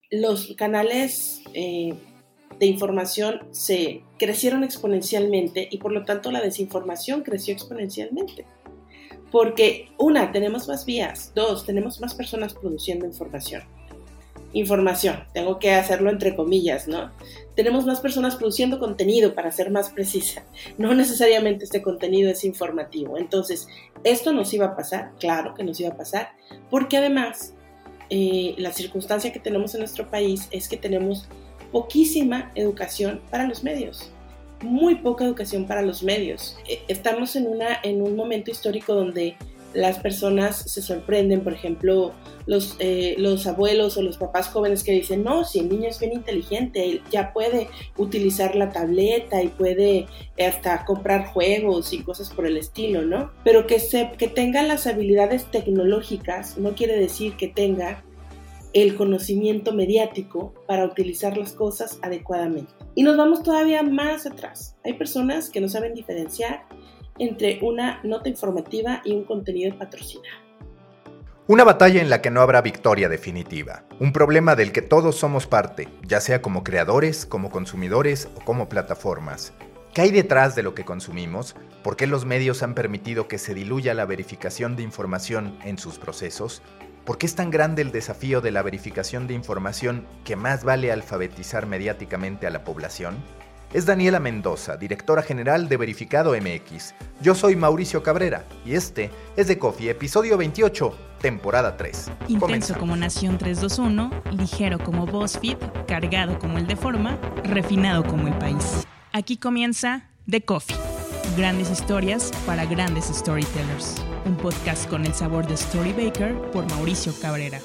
los canales de información se crecieron exponencialmente y por lo tanto la desinformación creció exponencialmente. Porque tenemos más vías, tenemos más personas produciendo información, tengo que hacerlo entre comillas, ¿no? Tenemos más personas produciendo contenido, para ser más precisa. No necesariamente este contenido es informativo. Entonces, esto nos iba a pasar, claro que nos iba a pasar, porque además la circunstancia que tenemos en nuestro país es que tenemos poquísima educación para los medios. Muy poca educación para los medios. Estamos en un momento histórico donde las personas se sorprenden, por ejemplo, los abuelos o los papás jóvenes que dicen, no, si el niño es bien inteligente, ya puede utilizar la tableta y puede hasta comprar juegos y cosas por el estilo, ¿no? Pero que tenga las habilidades tecnológicas no quiere decir que tenga el conocimiento mediático para utilizar las cosas adecuadamente. Y nos vamos todavía más atrás. Hay personas que no saben diferenciar entre una nota informativa y un contenido patrocinado. Una batalla en la que no habrá victoria definitiva. Un problema del que todos somos parte, ya sea como creadores, como consumidores o como plataformas. ¿Qué hay detrás de lo que consumimos? ¿Por qué los medios han permitido que se diluya la verificación de información en sus procesos? ¿Por qué es tan grande el desafío de la verificación de información que más vale alfabetizar mediáticamente a la población? Es Daniela Mendoza, directora general de Verificado MX. Yo soy Mauricio Cabrera y este es The Coffee, episodio 28, temporada 3. Intenso Comenzamos. como Nación 321, ligero como BuzzFeed, cargado como el Deforma, refinado como el país. Aquí comienza The Coffee. Grandes historias para grandes storytellers. Un podcast con el sabor de Storybaker por Mauricio Cabrera.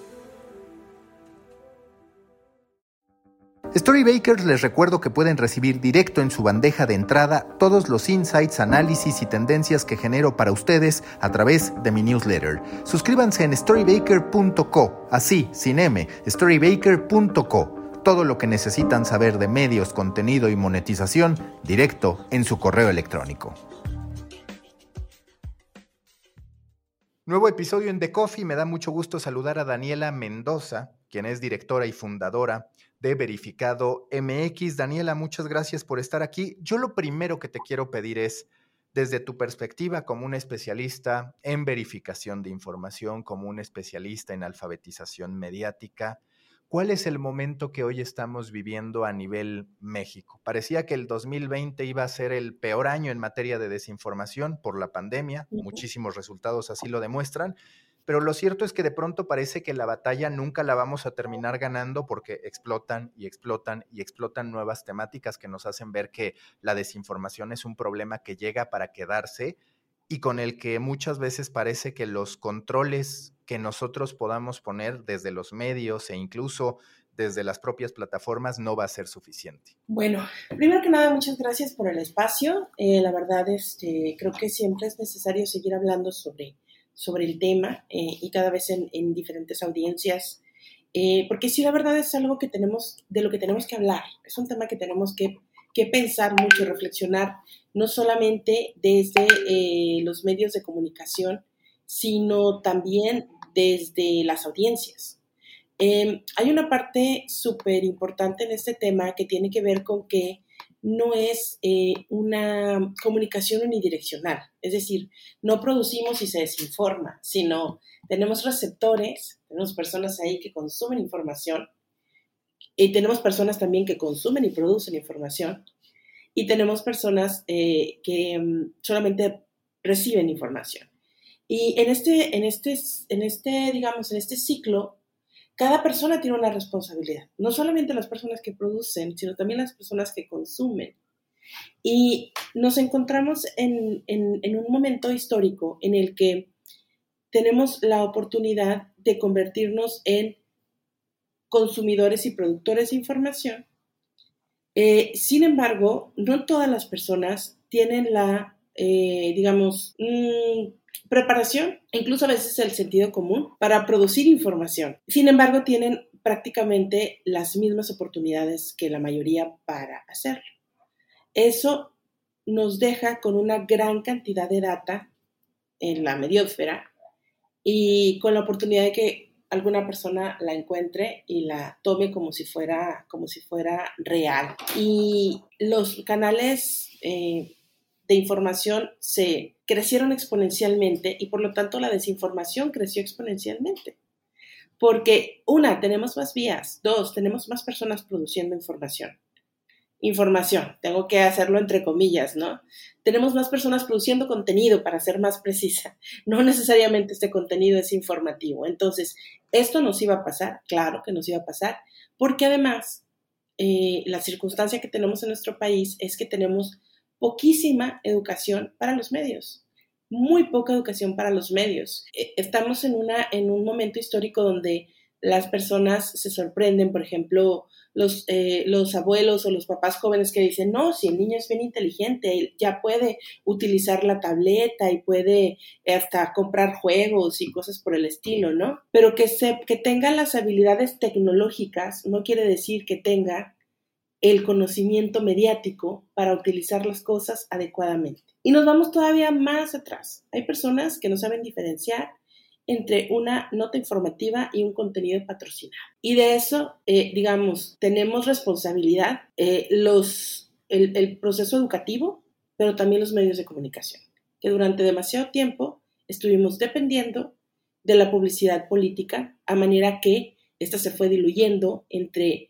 Storybakers les recuerdo que pueden recibir directo en su bandeja de entrada todos los insights, análisis y tendencias que genero para ustedes a través de mi newsletter. Suscríbanse en storybaker.co, así, sin M, storybaker.co. Todo lo que necesitan saber de medios, contenido y monetización directo en su correo electrónico. Nuevo episodio en The Coffee. Me da mucho gusto saludar a Daniela Mendoza, quien es directora y fundadora de Verificado MX. Daniela, muchas gracias por estar aquí. Yo lo primero que te quiero pedir es, desde tu perspectiva como un especialista en verificación de información, como un especialista en alfabetización mediática, ¿cuál es el momento que hoy estamos viviendo a nivel México? Parecía que el 2020 iba a ser el peor año en materia de desinformación por la pandemia. Muchísimos resultados así lo demuestran. Pero lo cierto es que de pronto parece que la batalla nunca la vamos a terminar ganando porque explotan y explotan y explotan nuevas temáticas que nos hacen ver que la desinformación es un problema que llega para quedarse y con el que muchas veces parece que los controles que nosotros podamos poner desde los medios e incluso desde las propias plataformas no va a ser suficiente. Bueno, primero que nada, muchas gracias por el espacio. La verdad, creo que siempre es necesario seguir hablando sobre el tema y cada vez en diferentes audiencias, porque sí, la verdad es algo de lo que tenemos que hablar. Es un tema que tenemos que pensar mucho, reflexionar, no solamente desde los medios de comunicación, sino también desde las audiencias. Hay una parte súper importante en este tema que tiene que ver con que no es una comunicación unidireccional, es decir, no producimos y se desinforma, sino tenemos receptores, tenemos personas ahí que consumen información, y tenemos personas también que consumen y producen información, y tenemos personas que solamente reciben información. Y en este ciclo, cada persona tiene una responsabilidad, no solamente las personas que producen, sino también las personas que consumen. Y nos encontramos en un momento histórico en el que tenemos la oportunidad de convertirnos en consumidores y productores de información. Sin embargo, no todas las personas tienen la, preparación, incluso a veces el sentido común, para producir información. Sin embargo, tienen prácticamente las mismas oportunidades que la mayoría para hacerlo. Eso nos deja con una gran cantidad de data en la mediosfera y con la oportunidad de que alguna persona la encuentre y la tome como si fuera real. Y los canales de información se crecieron exponencialmente y por lo tanto la desinformación creció exponencialmente. Porque, tenemos más vías, dos, tenemos más personas produciendo información, tengo que hacerlo entre comillas, ¿no? Tenemos más personas produciendo contenido, para ser más precisa. No necesariamente este contenido es informativo. Entonces, ¿esto nos iba a pasar? Claro que nos iba a pasar, porque además, la circunstancia que tenemos en nuestro país es que tenemos poquísima educación para los medios. Muy poca educación para los medios. Estamos en un momento histórico donde las personas se sorprenden, por ejemplo, los abuelos o los papás jóvenes que dicen, no, si el niño es bien inteligente, ya puede utilizar la tableta y puede hasta comprar juegos y cosas por el estilo, ¿no? Pero que tenga las habilidades tecnológicas no quiere decir que tenga el conocimiento mediático para utilizar las cosas adecuadamente. Y nos vamos todavía más atrás. Hay personas que no saben diferenciar entre una nota informativa y un contenido patrocinado. Y de eso, tenemos responsabilidad el proceso educativo, pero también los medios de comunicación, que durante demasiado tiempo estuvimos dependiendo de la publicidad política, a manera que esta se fue diluyendo entre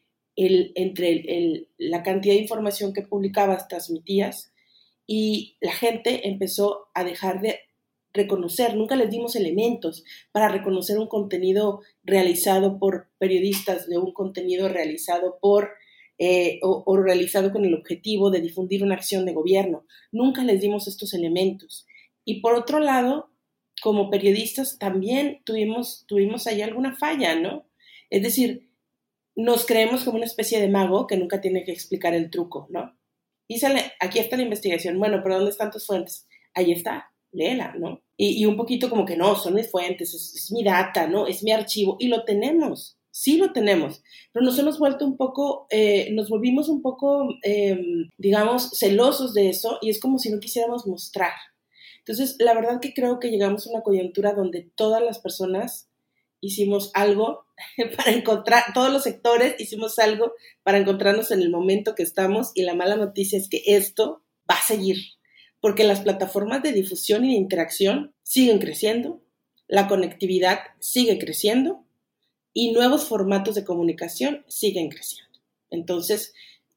la cantidad de información que publicabas, transmitías, y la gente empezó a dejar de reconocer. Nunca les dimos elementos para reconocer un contenido realizado por periodistas de un contenido realizado o realizado con el objetivo de difundir una acción de gobierno. Nunca les dimos estos elementos. Y por otro lado, como periodistas también tuvimos ahí alguna falla, ¿no? Es decir, nos creemos como una especie de mago que nunca tiene que explicar el truco, ¿no? Y aquí está la investigación. Bueno, pero ¿dónde están tus fuentes? Ahí está, léela, ¿no? Y un poquito como que no, son mis fuentes, es mi data, ¿no? Es mi archivo. Y lo tenemos, sí lo tenemos. Pero nos hemos vuelto nos volvimos un poco, celosos de eso, y es como si no quisiéramos mostrar. Entonces, la verdad que creo que llegamos a una coyuntura donde todas las personas hicimos algo para encontrar, todos los sectores hicimos algo para encontrarnos en el momento que estamos, y la mala noticia es que esto va a seguir, porque las plataformas de difusión y de interacción siguen creciendo, la conectividad sigue creciendo y nuevos formatos de comunicación siguen creciendo. Entonces,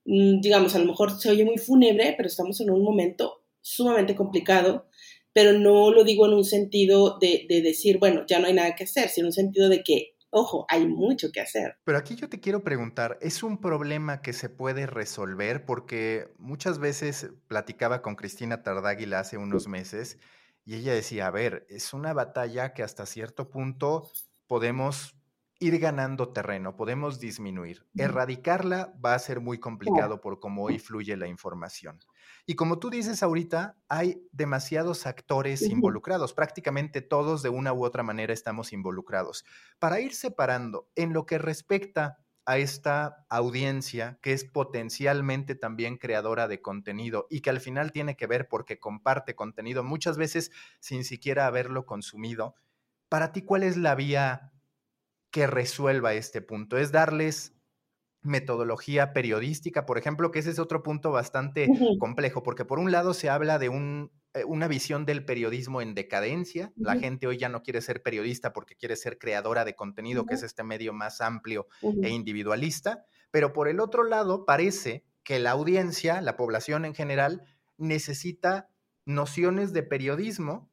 a lo mejor se oye muy fúnebre, pero estamos en un momento sumamente complicado, pero no lo digo en un sentido de decir, bueno, ya no hay nada que hacer, sino en un sentido de que, ojo, hay mucho que hacer. Pero aquí yo te quiero preguntar, ¿es un problema que se puede resolver? Porque muchas veces platicaba con Cristina Tardáguila hace unos meses y ella decía, a ver, es una batalla que hasta cierto punto podemos ir ganando terreno, podemos disminuir. Erradicarla va a ser muy complicado por cómo hoy fluye la información. Y como tú dices ahorita, hay demasiados actores involucrados, prácticamente todos de una u otra manera estamos involucrados. Para ir separando, en lo que respecta a esta audiencia que es potencialmente también creadora de contenido y que al final tiene que ver porque comparte contenido, muchas veces sin siquiera haberlo consumido, para ti, ¿cuál es la vía que resuelva este punto? ¿Es darles metodología periodística, por ejemplo, que ese es otro punto bastante complejo, porque por un lado se habla de una visión del periodismo en decadencia, la gente hoy ya no quiere ser periodista porque quiere ser creadora de contenido, que es este medio más amplio e individualista, pero por el otro lado parece que la audiencia, la población en general, necesita nociones de periodismo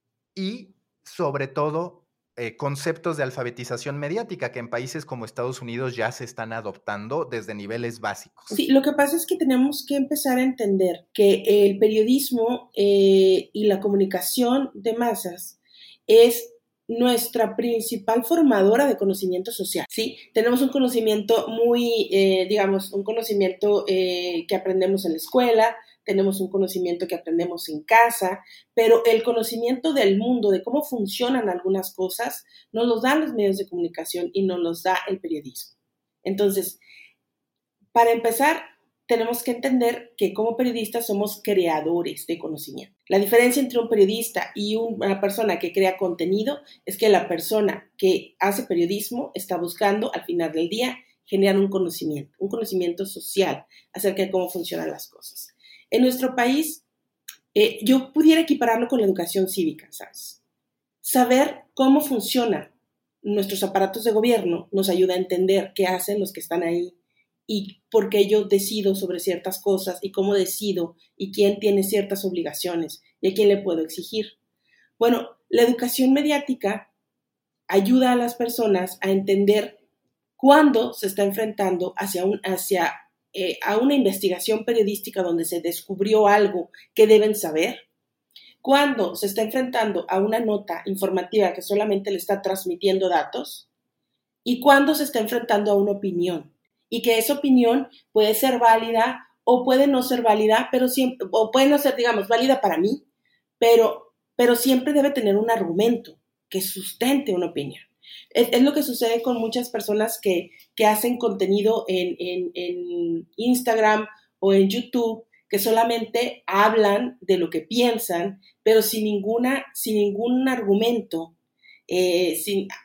y sobre todo conceptos de alfabetización mediática que en países como Estados Unidos ya se están adoptando desde niveles básicos. Sí, lo que pasa es que tenemos que empezar a entender que el periodismo y la comunicación de masas es nuestra principal formadora de conocimiento social, ¿sí? Tenemos un conocimiento un conocimiento que aprendemos en la escuela, tenemos un conocimiento que aprendemos en casa, pero el conocimiento del mundo, de cómo funcionan algunas cosas, nos los dan los medios de comunicación y nos los da el periodismo. Entonces, para empezar, tenemos que entender que como periodistas somos creadores de conocimiento. La diferencia entre un periodista y una persona que crea contenido es que la persona que hace periodismo está buscando al final del día generar un conocimiento social acerca de cómo funcionan las cosas. En nuestro país, yo pudiera equipararlo con la educación cívica, ¿sabes? Saber cómo funcionan nuestros aparatos de gobierno nos ayuda a entender qué hacen los que están ahí y por qué yo decido sobre ciertas cosas y cómo decido y quién tiene ciertas obligaciones y a quién le puedo exigir. Bueno, la educación mediática ayuda a las personas a entender cuándo se está enfrentando a una investigación periodística donde se descubrió algo que deben saber, cuándo se está enfrentando a una nota informativa que solamente le está transmitiendo datos y cuándo se está enfrentando a una opinión. Y que esa opinión puede ser válida o puede no ser válida, o puede no ser, digamos, válida para mí, pero siempre debe tener un argumento que sustente una opinión. Es lo que sucede con muchas personas que hacen contenido en Instagram o en YouTube, que solamente hablan de lo que piensan, pero sin ningún argumento, y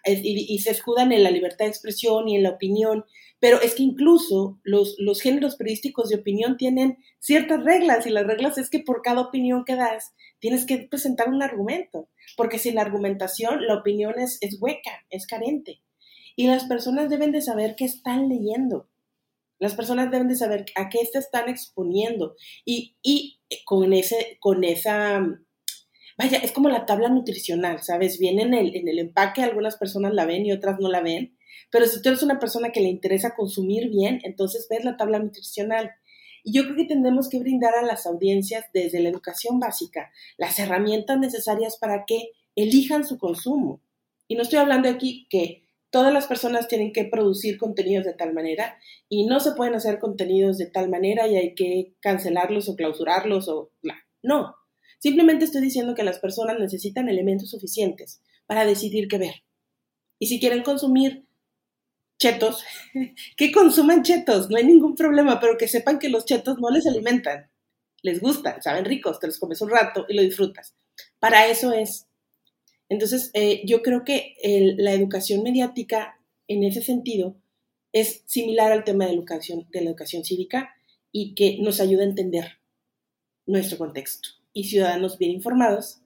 se escudan en la libertad de expresión y en la opinión. Pero es que incluso los géneros periodísticos de opinión tienen ciertas reglas, y las reglas es que por cada opinión que das tienes que presentar un argumento, porque sin la argumentación la opinión es hueca, es carente. Y las personas deben de saber qué están leyendo, las personas deben de saber a qué se están exponiendo, y con esa, vaya, es como la tabla nutricional, ¿sabes? Viene en el empaque, algunas personas la ven y otras no la ven. Pero si tú eres una persona que le interesa consumir bien, entonces ves la tabla nutricional. Y yo creo que tenemos que brindar a las audiencias desde la educación básica las herramientas necesarias para que elijan su consumo. Y no estoy hablando aquí que todas las personas tienen que producir contenidos de tal manera y no se pueden hacer contenidos de tal manera y hay que cancelarlos o clausurarlos o no. Simplemente estoy diciendo que las personas necesitan elementos suficientes para decidir qué ver. Y si quieren consumir chetos, que consuman chetos, no hay ningún problema, pero que sepan que los chetos no les alimentan, les gustan, saben ricos, te los comes un rato y lo disfrutas. Para eso es. Entonces, yo creo que la educación mediática, en ese sentido, es similar al tema de la educación cívica y que nos ayuda a entender nuestro contexto. Y ciudadanos bien informados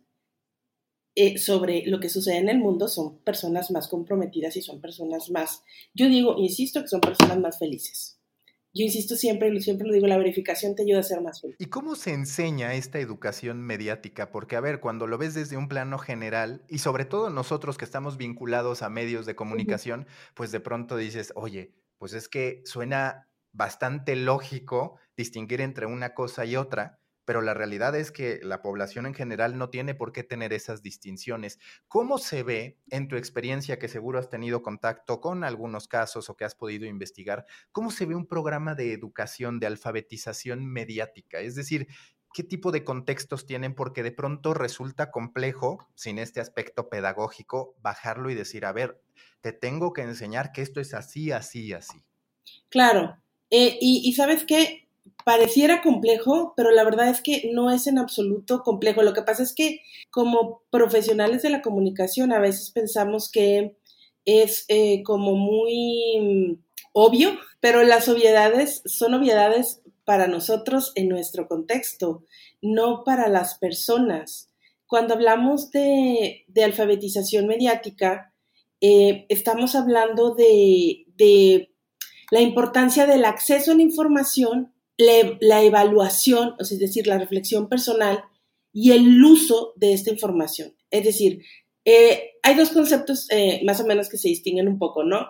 sobre lo que sucede en el mundo son personas más comprometidas y son personas más, insisto que son personas más felices. Yo insisto siempre lo digo, la verificación te ayuda a ser más feliz. ¿Y cómo se enseña esta educación mediática? Porque, a ver, cuando lo ves desde un plano general, y sobre todo nosotros que estamos vinculados a medios de comunicación, pues de pronto dices, oye, pues es que suena bastante lógico distinguir entre una cosa y otra, pero la realidad es que la población en general no tiene por qué tener esas distinciones. ¿Cómo se ve, en tu experiencia, que seguro has tenido contacto con algunos casos o que has podido investigar, cómo se ve un programa de educación, de alfabetización mediática? Es decir, ¿qué tipo de contextos tienen? Porque de pronto resulta complejo, sin este aspecto pedagógico, bajarlo y decir, a ver, te tengo que enseñar que esto es así, así, así. Claro, y ¿sabes qué? Pareciera complejo, pero la verdad es que no es en absoluto complejo. Lo que pasa es que como profesionales de la comunicación a veces pensamos que es como muy obvio, pero las obviedades son obviedades para nosotros en nuestro contexto, no para las personas. Cuando hablamos de alfabetización mediática, estamos hablando de la importancia del acceso a la información, la evaluación, es decir, la reflexión personal y el uso de esta información. Es decir, hay dos conceptos más o menos que se distinguen un poco, ¿no?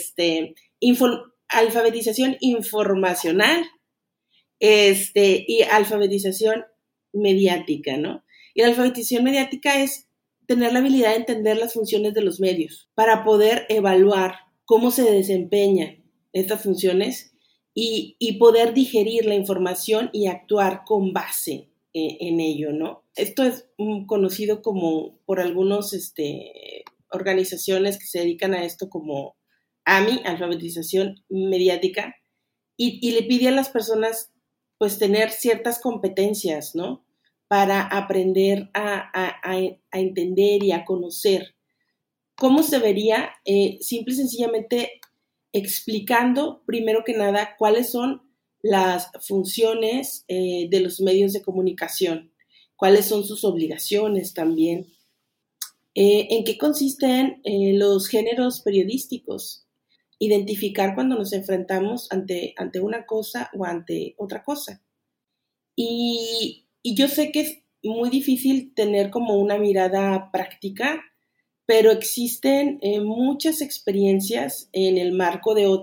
Alfabetización informacional y alfabetización mediática, ¿no? Y la alfabetización mediática es tener la habilidad de entender las funciones de los medios para poder evaluar cómo se desempeñan estas funciones y poder digerir la información y actuar con base en ello, ¿no? Esto es conocido como por algunos organizaciones que se dedican a esto como AMI, alfabetización mediática, y le pide a las personas pues tener ciertas competencias, ¿no? Para aprender a entender y a conocer. ¿Cómo se vería? Simple y sencillamente explicando, primero que nada, cuáles son las funciones de los medios de comunicación, cuáles son sus obligaciones también, en qué consisten los géneros periodísticos, identificar cuando nos enfrentamos ante una cosa o ante otra cosa. Y yo sé que es muy difícil tener como una mirada práctica, pero existen muchas experiencias en el marco de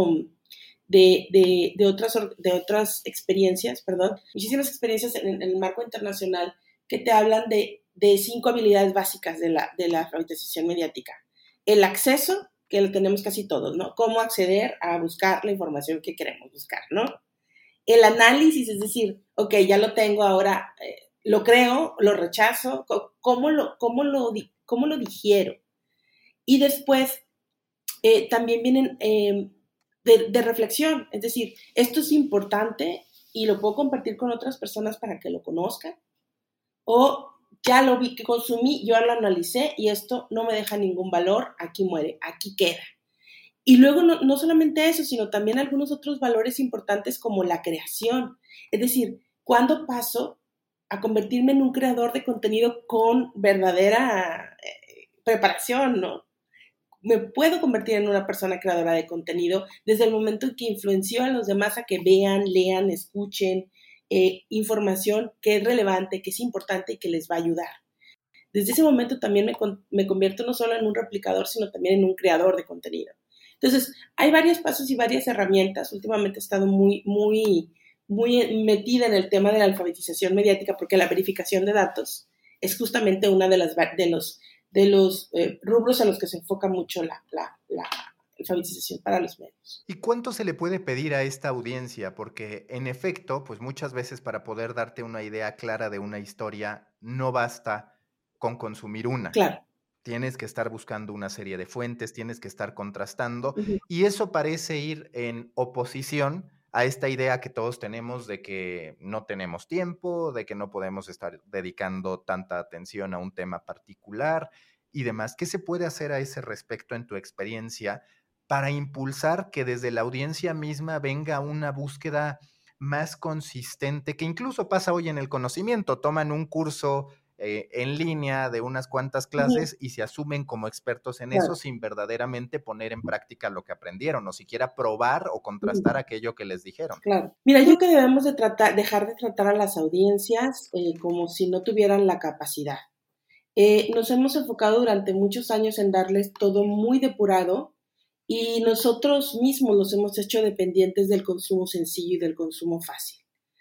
otras experiencias, muchísimas experiencias en el marco internacional que te hablan de 5 habilidades básicas de la alfabetización mediática. El acceso, que lo tenemos casi todos, ¿no? Cómo acceder a buscar la información que queremos buscar, ¿no? El análisis, es decir, ok, ya lo tengo ahora, lo creo, lo rechazo, ¿cómo lo digiero? Y después también vienen de reflexión, es decir, esto es importante y lo puedo compartir con otras personas para que lo conozcan, o ya lo vi, que consumí, yo lo analicé y esto no me deja ningún valor, aquí muere, aquí queda. Y luego no solamente eso, sino también algunos otros valores importantes como la creación, es decir, ¿cuándo paso a convertirme en un creador de contenido con verdadera preparación, ¿no? Me puedo convertir en una persona creadora de contenido desde el momento en que influencio a los demás a que vean, lean, escuchen información que es relevante, que es importante y que les va a ayudar. Desde ese momento también me convierto no solo en un replicador, sino también en un creador de contenido. Entonces, hay varios pasos y varias herramientas. Últimamente he estado muy metida en el tema de la alfabetización mediática porque la verificación de datos es justamente una de los rubros a los que se enfoca mucho la alfabetización para los medios. ¿Y cuánto se le puede pedir a esta audiencia? Porque en efecto, pues muchas veces para poder darte una idea clara de una historia, no basta con consumir una. Claro. Tienes que estar buscando una serie de fuentes, tienes que estar contrastando, Uh-huh. y eso parece ir en oposición a esta idea que todos tenemos de que no tenemos tiempo, de que no podemos estar dedicando tanta atención a un tema particular y demás. ¿Qué se puede hacer a ese respecto en tu experiencia para impulsar que desde la audiencia misma venga una búsqueda más consistente, que incluso pasa hoy en el conocimiento? Toman un curso en línea de unas cuantas clases Uh-huh. y se asumen como expertos en Claro. eso sin verdaderamente poner en práctica lo que aprendieron o siquiera probar o contrastar aquello que les dijeron. Claro. Mira, yo creo que debemos dejar de tratar a las audiencias como si no tuvieran la capacidad. Nos hemos enfocado durante muchos años en darles todo muy depurado y nosotros mismos los hemos hecho dependientes del consumo sencillo y del consumo fácil.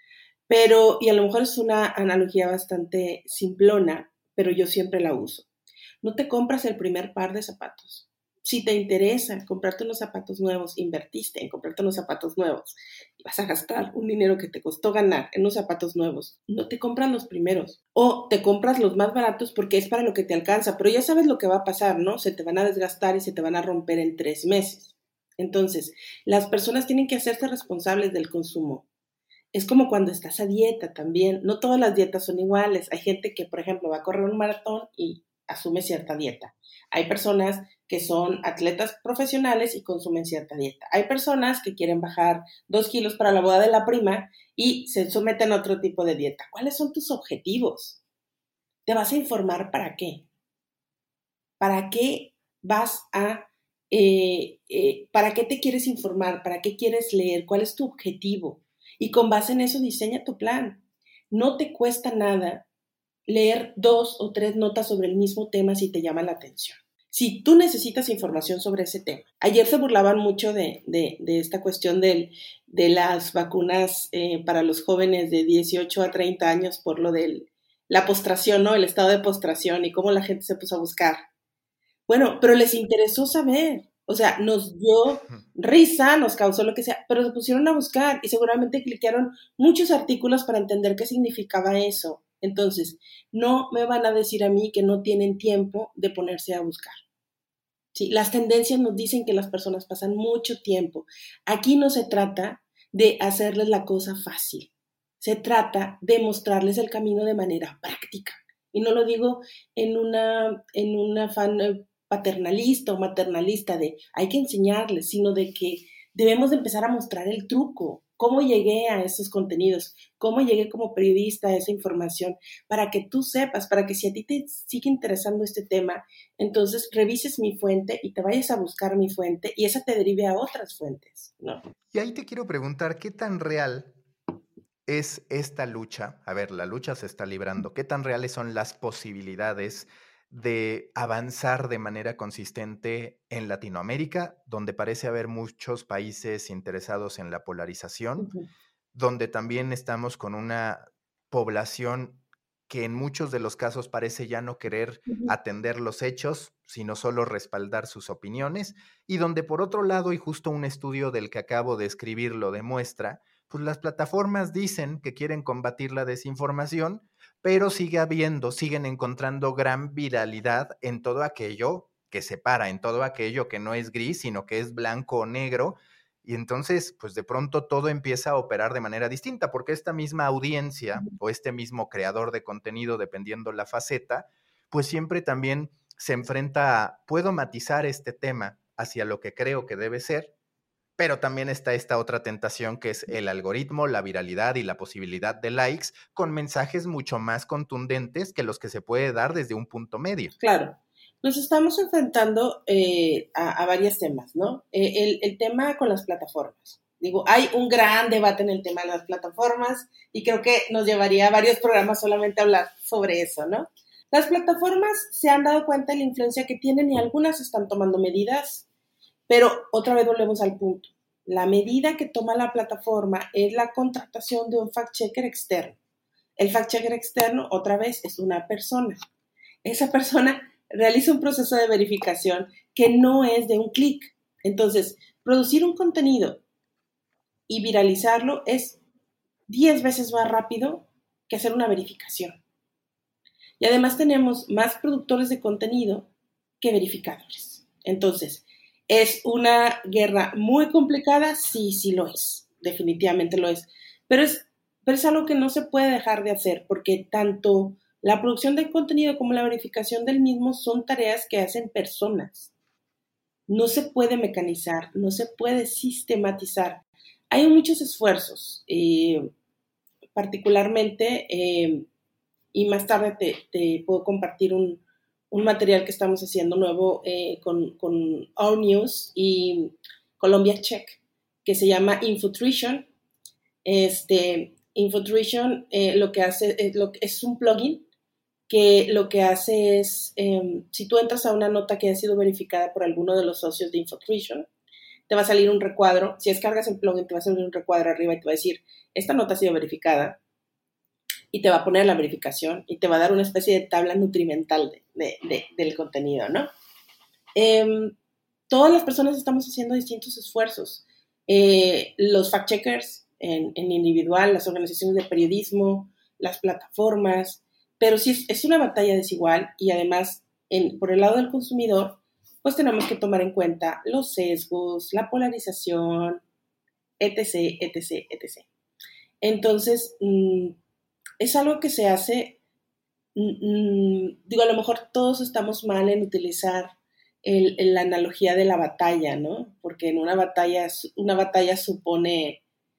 Pero, y a lo mejor es una analogía bastante simplona, pero yo siempre la uso. No te compras el primer par de zapatos. Si te interesa comprarte unos zapatos nuevos, invertiste en comprarte unos zapatos nuevos y vas a gastar un dinero que te costó ganar en unos zapatos nuevos, no te compras los primeros o te compras los más baratos porque es para lo que te alcanza, pero ya sabes lo que va a pasar, ¿no? Se te van a desgastar y se te van a romper en 3 meses. Entonces, las personas tienen que hacerse responsables del consumo. Es como cuando estás a dieta también. No todas las dietas son iguales. Hay gente que, por ejemplo, va a correr un maratón y asume cierta dieta. Hay personas que son atletas profesionales y consumen cierta dieta. Hay personas que quieren bajar 2 kilos para la boda de la prima y se someten a otro tipo de dieta. ¿Cuáles son tus objetivos? ¿Te vas a informar para qué? ¿Para qué vas a... ¿para qué te quieres informar? ¿Para qué quieres leer? ¿Cuál es tu objetivo? Y con base en eso diseña tu plan. No te cuesta nada leer 2 o 3 notas sobre el mismo tema si te llama la atención. Si tú necesitas información sobre ese tema. Ayer se burlaban mucho de esta cuestión de las vacunas para los jóvenes de 18 a 30 años por lo de la postración, ¿no? El estado de postración y cómo la gente se puso a buscar. Bueno, pero les interesó saber. O sea, nos dio risa, nos causó lo que sea, pero se pusieron a buscar y seguramente cliquearon muchos artículos para entender qué significaba eso. Entonces, no me van a decir a mí que no tienen tiempo de ponerse a buscar. Sí, las tendencias nos dicen que las personas pasan mucho tiempo. Aquí no se trata de hacerles la cosa fácil. Se trata de mostrarles el camino de manera práctica. Y no lo digo en un afán paternalista o maternalista de hay que enseñarles, sino de que debemos de empezar a mostrar el truco, cómo llegué a esos contenidos, cómo llegué como periodista a esa información, para que tú sepas, para que si a ti te sigue interesando este tema, entonces revises mi fuente y te vayas a buscar mi fuente y esa te derive a otras fuentes, ¿no? Y ahí te quiero preguntar, ¿qué tan real es esta lucha? A ver, la lucha se está librando. ¿Qué tan reales son las posibilidades de avanzar de manera consistente en Latinoamérica, donde parece haber muchos países interesados en la polarización, donde también estamos con una población que en muchos de los casos parece ya no querer atender los hechos, sino solo respaldar sus opiniones, y donde por otro lado, y justo un estudio del que acabo de escribir lo demuestra, pues las plataformas dicen que quieren combatir la desinformación, pero siguen encontrando gran viralidad en todo aquello que separa, en todo aquello que no es gris, sino que es blanco o negro, y entonces, pues de pronto todo empieza a operar de manera distinta, porque esta misma audiencia o este mismo creador de contenido, dependiendo la faceta, pues siempre también se enfrenta a, puedo matizar este tema hacia lo que creo que debe ser, pero también está esta otra tentación que es el algoritmo, la viralidad y la posibilidad de likes con mensajes mucho más contundentes que los que se puede dar desde un punto medio. Claro. Nos estamos enfrentando a varios temas, ¿no? El tema con las plataformas. Digo, hay un gran debate en el tema de las plataformas y creo que nos llevaría a varios programas solamente a hablar sobre eso, ¿no? Las plataformas se han dado cuenta de la influencia que tienen y algunas están tomando medidas, pero otra vez volvemos al punto. La medida que toma la plataforma es la contratación de un fact-checker externo. El fact-checker externo, otra vez, es una persona. Esa persona realiza un proceso de verificación que no es de un clic. Entonces, producir un contenido y viralizarlo es 10 veces más rápido que hacer una verificación. Y además tenemos más productores de contenido que verificadores. Entonces, ¿es una guerra muy complicada? Sí lo es. Definitivamente lo es. Pero es algo que no se puede dejar de hacer porque tanto la producción del contenido como la verificación del mismo son tareas que hacen personas. No se puede mecanizar, no se puede sistematizar. Hay muchos esfuerzos, particularmente, y más tarde te puedo compartir un material que estamos haciendo nuevo con Our News y Colombia Check, que se llama Infotrition. Infotrition lo que hace es un plugin que lo que hace es, si tú entras a una nota que ha sido verificada por alguno de los socios de Infotrition, te va a salir un recuadro. Si descargas el plugin, te va a salir un recuadro arriba y te va a decir, esta nota ha sido verificada, y te va a poner la verificación y te va a dar una especie de tabla nutrimental del contenido, ¿no? Todas las personas estamos haciendo distintos esfuerzos. Los fact-checkers en individual, las organizaciones de periodismo, las plataformas, pero sí es una batalla desigual y además, por el lado del consumidor, pues tenemos que tomar en cuenta los sesgos, la polarización, etc. Entonces, es algo que se hace, digo, a lo mejor todos estamos mal en utilizar la analogía de la batalla, ¿no? Porque en una batalla supone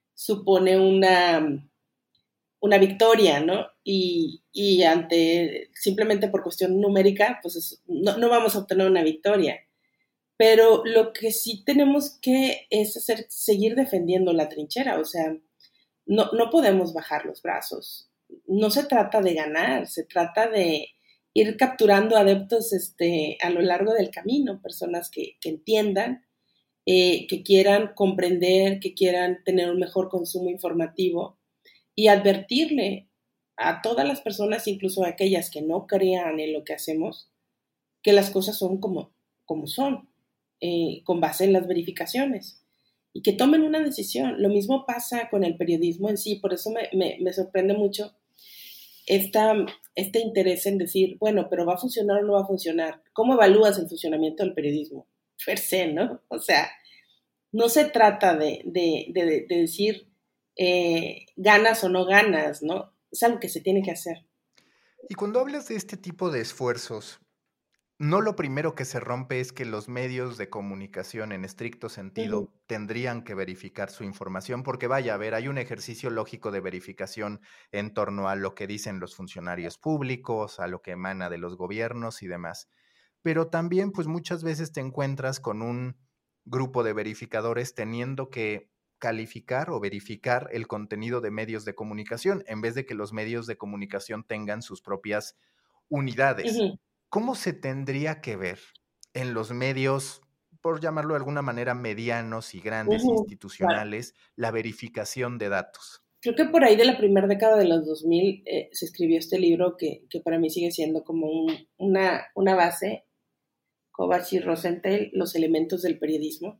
una victoria, ¿no? Y simplemente por cuestión numérica, pues no vamos a obtener una victoria. Pero lo que sí tenemos que es seguir defendiendo la trinchera, o sea, no podemos bajar los brazos. No se trata de ganar, se trata de ir capturando adeptos a lo largo del camino, personas que entiendan, que quieran comprender, que quieran tener un mejor consumo informativo y advertirle a todas las personas, incluso a aquellas que no crean en lo que hacemos, que las cosas son como son, con base en las verificaciones. Y que tomen una decisión. Lo mismo pasa con el periodismo en sí, por eso me sorprende mucho este interés en decir, bueno, pero ¿va a funcionar o no va a funcionar? ¿Cómo evalúas el funcionamiento del periodismo? Per se, ¿no? O sea, No se trata de decir ganas o no ganas, ¿no? Es algo que se tiene que hacer. Y cuando hablas de este tipo de esfuerzos, no lo primero que se rompe es que los medios de comunicación en estricto sentido tendrían que verificar su información, porque vaya, a ver, hay un ejercicio lógico de verificación en torno a lo que dicen los funcionarios públicos, a lo que emana de los gobiernos y demás. Pero también, pues muchas veces te encuentras con un grupo de verificadores teniendo que calificar o verificar el contenido de medios de comunicación, en vez de que los medios de comunicación tengan sus propias unidades. ¿Cómo se tendría que ver en los medios, por llamarlo de alguna manera, medianos y grandes Claro. institucionales, la verificación de datos? Creo que por ahí de la primera década de los 2000 se escribió este libro que para mí sigue siendo como una base, Kovacs y Rosenthal, Los elementos del periodismo.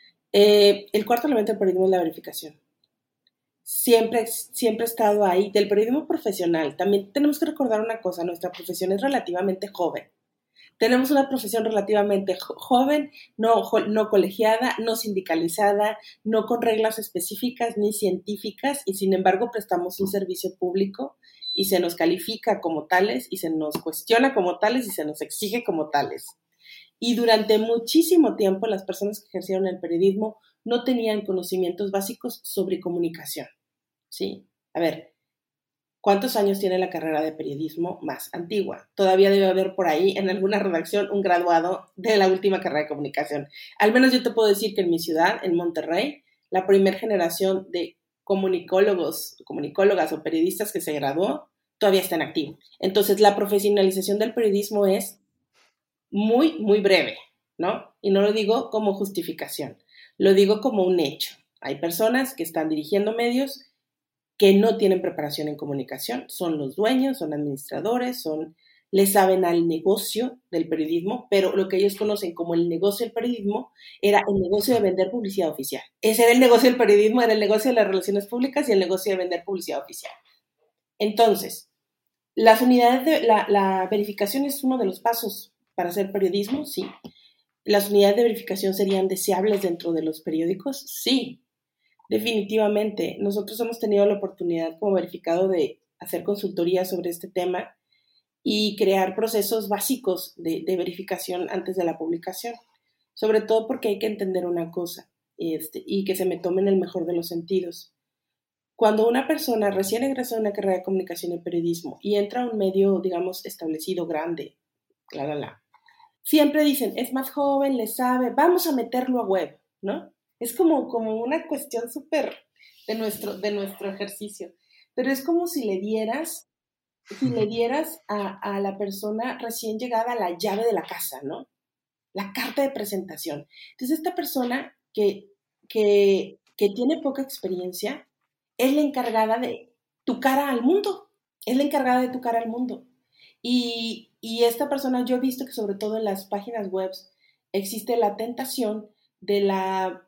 El cuarto elemento del periodismo es la verificación. Siempre ha estado ahí. Del periodismo profesional, también tenemos que recordar una cosa, nuestra profesión es relativamente joven. Tenemos una profesión relativamente joven, no colegiada, no sindicalizada, no con reglas específicas ni científicas, y sin embargo prestamos un servicio público y se nos califica como tales y se nos cuestiona como tales y se nos exige como tales. Y durante muchísimo tiempo las personas que ejercieron el periodismo no tenían conocimientos básicos sobre comunicación, ¿sí? A ver, ¿cuántos años tiene la carrera de periodismo más antigua? Todavía debe haber por ahí en alguna redacción un graduado de la última carrera de comunicación. Al menos yo te puedo decir que en mi ciudad, en Monterrey, la primera generación de comunicólogas o periodistas que se graduó todavía está en activo. Entonces, la profesionalización del periodismo es muy, muy breve, ¿no? Y no lo digo como justificación, lo digo como un hecho. Hay personas que están dirigiendo medios que no tienen preparación en comunicación, son los dueños, son administradores, le saben al negocio del periodismo, pero lo que ellos conocen como el negocio del periodismo era el negocio de vender publicidad oficial. Ese era el negocio del periodismo, era el negocio de las relaciones públicas y el negocio de vender publicidad oficial. Entonces, las unidades la verificación es uno de los pasos para hacer periodismo, sí. ¿Las unidades de verificación serían deseables dentro de los periódicos? Sí, definitivamente. Nosotros hemos tenido la oportunidad como verificado de hacer consultoría sobre este tema y crear procesos básicos de verificación antes de la publicación, sobre todo porque hay que entender una cosa y que se me tome en el mejor de los sentidos. Cuando una persona recién egresó de una carrera de comunicación y periodismo y entra a un medio, digamos, establecido, grande, siempre dicen, es más joven, le sabe, vamos a meterlo a web, ¿no? Es como una cuestión súper de nuestro ejercicio. Pero es como si le dieras a la persona recién llegada la llave de la casa, ¿no? La carta de presentación. Entonces, esta persona que tiene poca experiencia es la encargada de tu cara al mundo. Es la encargada de tu cara al mundo. Y esta persona, yo he visto que sobre todo en las páginas web existe la tentación de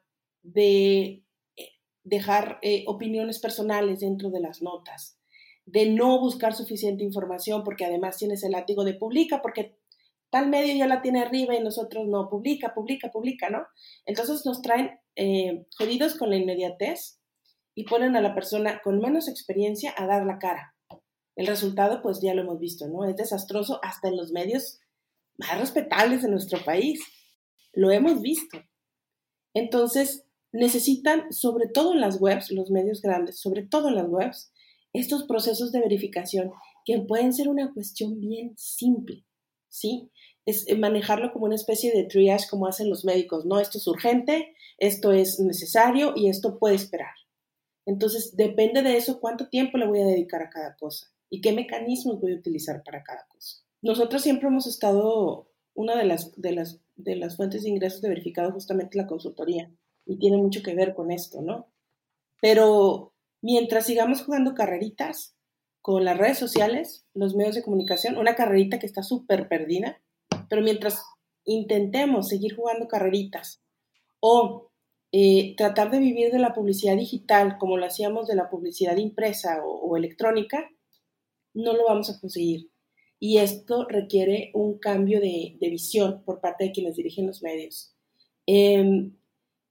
dejar opiniones personales dentro de las notas, de no buscar suficiente información porque además tienes el látigo de publica porque tal medio ya la tiene arriba y nosotros no, publica, ¿no? Entonces nos traen jodidos con la inmediatez y ponen a la persona con menos experiencia a dar la cara. El resultado, pues ya lo hemos visto, ¿no? Es desastroso hasta en los medios más respetables de nuestro país. Lo hemos visto. Entonces, necesitan, sobre todo en las webs, los medios grandes, sobre todo en las webs, estos procesos de verificación que pueden ser una cuestión bien simple, ¿sí? Es manejarlo como una especie de triage como hacen los médicos, ¿no? Esto es urgente, esto es necesario y esto puede esperar. Entonces, depende de eso cuánto tiempo le voy a dedicar a cada cosa y qué mecanismos voy a utilizar para cada cosa. Nosotros siempre hemos estado, una de las fuentes de ingresos de verificado justamente la consultoría y tiene mucho que ver con esto, ¿no? Pero mientras sigamos jugando carreritas con las redes sociales, los medios de comunicación, una carrerita que está súper perdida, pero mientras intentemos seguir jugando carreritas o tratar de vivir de la publicidad digital como lo hacíamos de la publicidad impresa o electrónica, no lo vamos a conseguir. Y esto requiere un cambio de visión por parte de quienes dirigen los medios.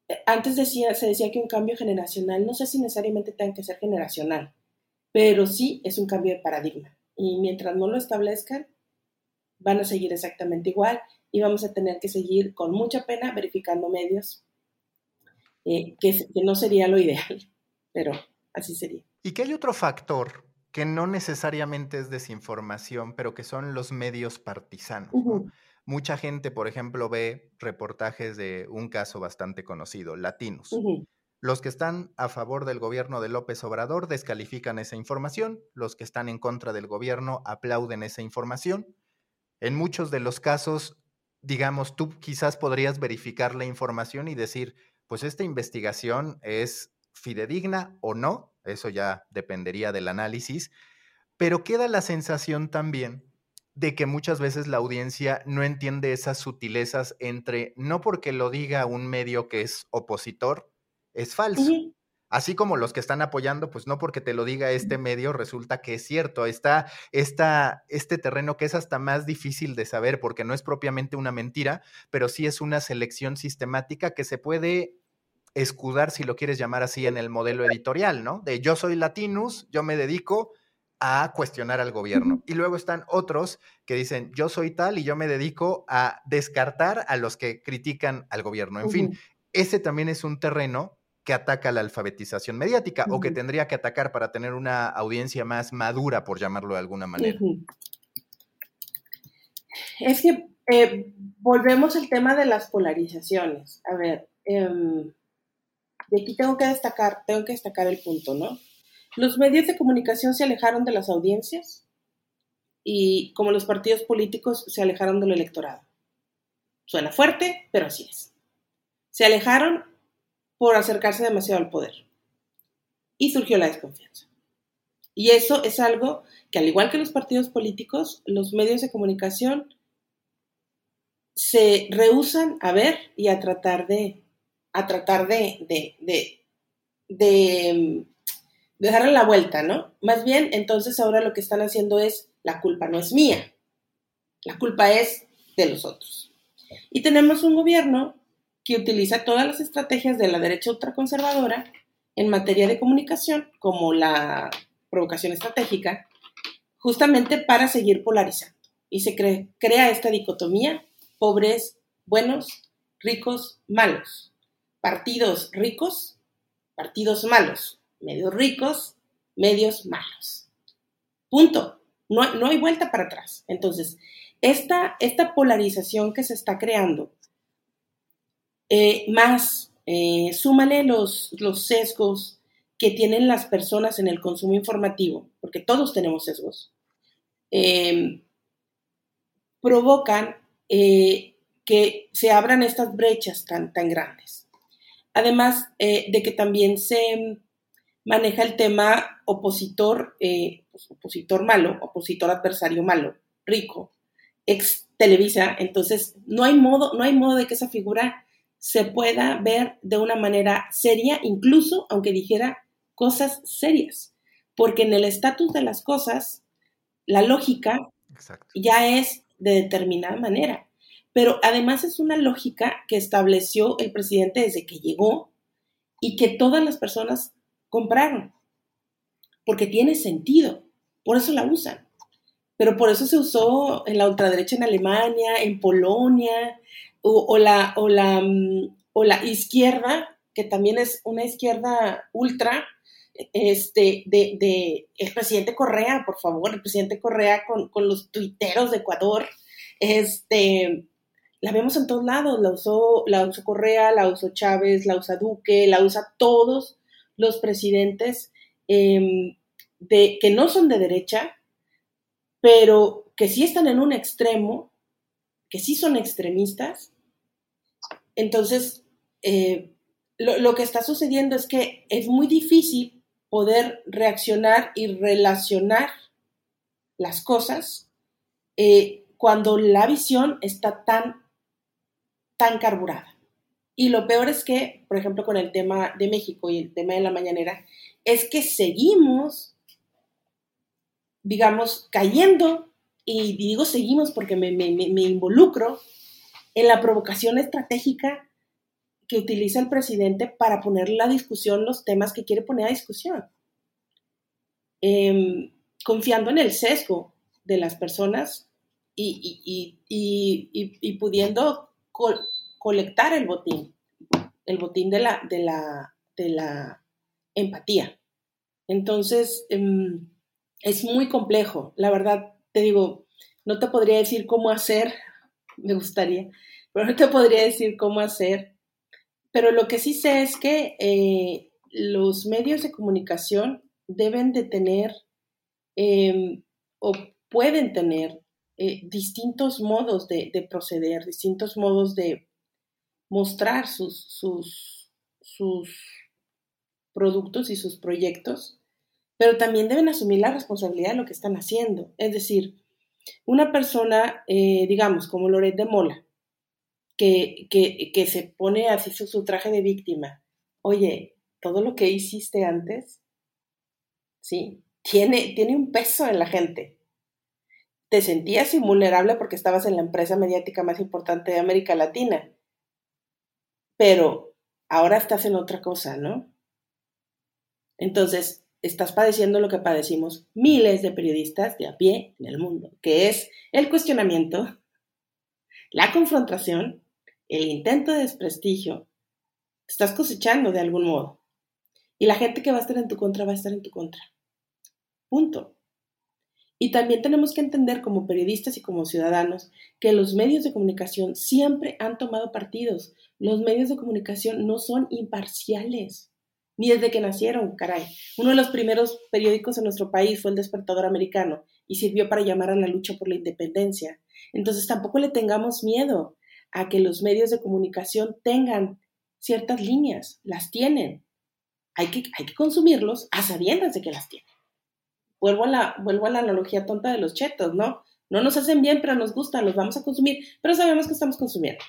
Antes se decía que un cambio generacional, no sé si necesariamente tenga que ser generacional, pero sí es un cambio de paradigma. Y mientras no lo establezcan, van a seguir exactamente igual y vamos a tener que seguir con mucha pena verificando medios, que no sería lo ideal, pero así sería. Y que hay otro factor que no necesariamente es desinformación, pero que son los medios partisanos, ¿no? Mucha gente, por ejemplo, ve reportajes de un caso bastante conocido, Latinos. Los que están a favor del gobierno de López Obrador descalifican esa información, los que están en contra del gobierno aplauden esa información. En muchos de los casos, digamos, tú quizás podrías verificar la información y decir, pues esta investigación es fidedigna o no, eso ya dependería del análisis, pero queda la sensación también de que muchas veces la audiencia no entiende esas sutilezas entre no porque lo diga un medio que es opositor, es falso. Así como los que están apoyando, pues no porque te lo diga este medio resulta que es cierto. Está este terreno que es hasta más difícil de saber porque no es propiamente una mentira, pero sí es una selección sistemática que se puede escudar, si lo quieres llamar así, en el modelo editorial, ¿no? De yo soy Latinus, yo me dedico a cuestionar al gobierno. Y luego están otros que dicen, yo soy tal y yo me dedico a descartar a los que critican al gobierno. En fin, ese también es un terreno que ataca la alfabetización mediática o que tendría que atacar para tener una audiencia más madura, por llamarlo de alguna manera. Es que volvemos al tema de las polarizaciones. A ver, de aquí tengo que destacar el punto, ¿no? Los medios de comunicación se alejaron de las audiencias y como los partidos políticos se alejaron del electorado. Suena fuerte, pero así es. Se alejaron por acercarse demasiado al poder y surgió la desconfianza. Y eso es algo que, al igual que los partidos políticos, los medios de comunicación se rehúsan a ver y a tratar de darle la vuelta, ¿no? Más bien, entonces ahora lo que están haciendo es, la culpa no es mía, la culpa es de los otros. Y tenemos un gobierno que utiliza todas las estrategias de la derecha ultraconservadora en materia de comunicación, como la provocación estratégica, justamente para seguir polarizando. Y se crea esta dicotomía, pobres, buenos, ricos, malos. Partidos ricos, partidos malos. Medios ricos, medios malos. Punto. No hay vuelta para atrás. Entonces, esta polarización que se está creando, súmale los sesgos que tienen las personas en el consumo informativo, porque todos tenemos sesgos, provocan que se abran estas brechas tan grandes. Además de que también se maneja el tema opositor malo, opositor adversario malo, rico, ex Televisa. Entonces no hay modo de que esa figura se pueda ver de una manera seria, incluso aunque dijera cosas serias, porque en el estatus de las cosas la lógica ya es de determinada manera, pero además es una lógica que estableció el presidente desde que llegó y que todas las personas compraron, porque tiene sentido, por eso la usan. Pero por eso se usó en la ultraderecha en Alemania, en Polonia, o la izquierda, que también es una izquierda ultra, el presidente Correa, por favor, el presidente Correa con los tuiteros de Ecuador, la vemos en todos lados, la usó Correa, la usó Chávez, la usa Duque, la usa todos los presidentes que no son de derecha, pero que sí están en un extremo, que sí son extremistas. Entonces, lo que está sucediendo es que es muy difícil poder reaccionar y relacionar las cosas cuando la visión está tan carburada. Y lo peor es que, por ejemplo, con el tema de México y el tema de la mañanera, es que seguimos, digamos, cayendo, y digo seguimos porque me involucro en la provocación estratégica que utiliza el presidente para poner a discusión los temas que quiere poner a discusión, confiando en el sesgo de las personas y pudiendo colectar el botín de la empatía. Entonces, es muy complejo. La verdad, te digo, no te podría decir cómo hacer, me gustaría, pero no te podría decir cómo hacer. Pero lo que sí sé es que los medios de comunicación deben de tener o pueden tener distintos modos de proceder, distintos modos de mostrar sus productos y sus proyectos, pero también deben asumir la responsabilidad de lo que están haciendo. Es decir, una persona, digamos, como Loret de Mola, que se pone así su traje de víctima. Oye, todo lo que hiciste antes, ¿sí? Tiene un peso en la gente. Te sentías invulnerable porque estabas en la empresa mediática más importante de América Latina, pero ahora estás en otra cosa, ¿no? Entonces, estás padeciendo lo que padecimos miles de periodistas de a pie en el mundo, que es el cuestionamiento, la confrontación, el intento de desprestigio. Estás cosechando de algún modo. Y la gente que va a estar en tu contra va a estar en tu contra. Punto. Y también tenemos que entender como periodistas y como ciudadanos que los medios de comunicación siempre han tomado partidos. Los medios de comunicación no son imparciales, ni desde que nacieron, caray. Uno de los primeros periódicos en nuestro país fue El Despertador Americano y sirvió para llamar a la lucha por la independencia. Entonces tampoco le tengamos miedo a que los medios de comunicación tengan ciertas líneas, las tienen. Hay que consumirlos a sabiendas de que las tienen. Vuelvo a la analogía tonta de los chetos, ¿no? No nos hacen bien, pero nos gustan, los vamos a consumir, pero sabemos que estamos consumiendo,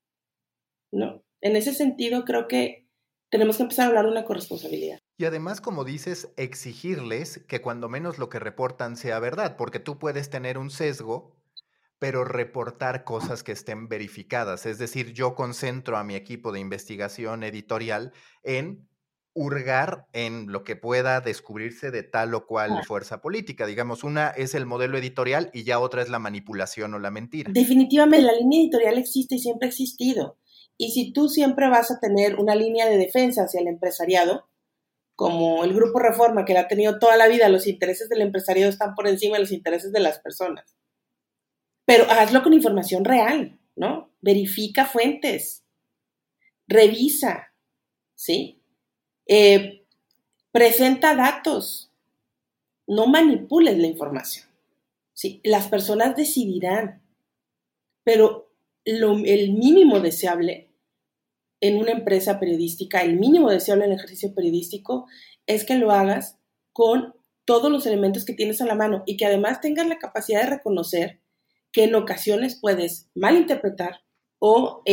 ¿no? En ese sentido, creo que tenemos que empezar a hablar de una corresponsabilidad. Y además, como dices, exigirles que cuando menos lo que reportan sea verdad, porque tú puedes tener un sesgo, pero reportar cosas que estén verificadas. Es decir, yo concentro a mi equipo de investigación editorial en hurgar en lo que pueda descubrirse de tal o cual fuerza política. Digamos, una es el modelo editorial y ya otra es la manipulación o la mentira. Definitivamente, la línea editorial existe y siempre ha existido. Y si tú siempre vas a tener una línea de defensa hacia el empresariado, como el Grupo Reforma, que la ha tenido toda la vida, los intereses del empresariado están por encima de los intereses de las personas. Pero hazlo con información real, ¿no? Verifica fuentes, revisa, ¿sí? Presenta datos, no manipules la información, ¿sí? Las personas decidirán, pero el mínimo deseable en una empresa periodística, el mínimo deseable en el ejercicio periodístico es que lo hagas con todos los elementos que tienes a la mano y que además tengas la capacidad de reconocer que en ocasiones puedes malinterpretar o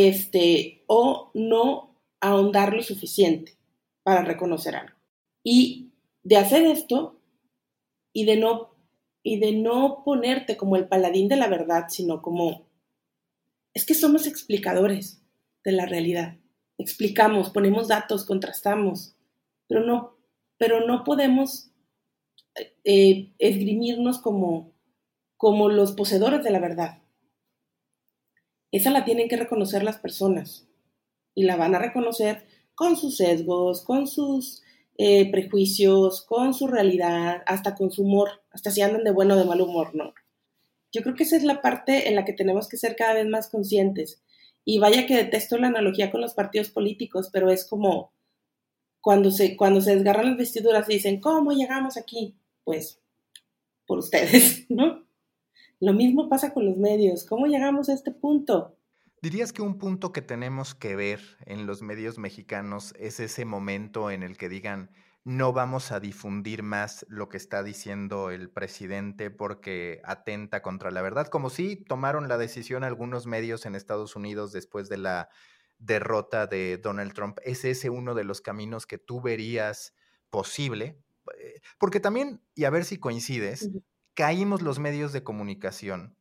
no ahondar lo suficiente para reconocer algo. Y de hacer esto y de no ponerte como el paladín de la verdad, sino como, es que somos explicadores de la realidad. Explicamos, ponemos datos, contrastamos, pero no podemos esgrimirnos como los poseedores de la verdad. Esa la tienen que reconocer las personas y la van a reconocer con sus sesgos, con sus prejuicios, con su realidad, hasta con su humor, hasta si andan de bueno o de mal humor, ¿no? Yo creo que esa es la parte en la que tenemos que ser cada vez más conscientes. Y vaya que detesto la analogía con los partidos políticos, pero es como cuando se desgarran las vestiduras y dicen, ¿cómo llegamos aquí? Pues, por ustedes, ¿no? Lo mismo pasa con los medios. ¿Cómo llegamos a este punto? ¿Dirías que un punto que tenemos que ver en los medios mexicanos es ese momento en el que digan no vamos a difundir más lo que está diciendo el presidente porque atenta contra la verdad? Como si tomaron la decisión algunos medios en Estados Unidos después de la derrota de Donald Trump. ¿Es ese uno de los caminos que tú verías posible? Porque también, y a ver si coincides, caímos los medios de comunicación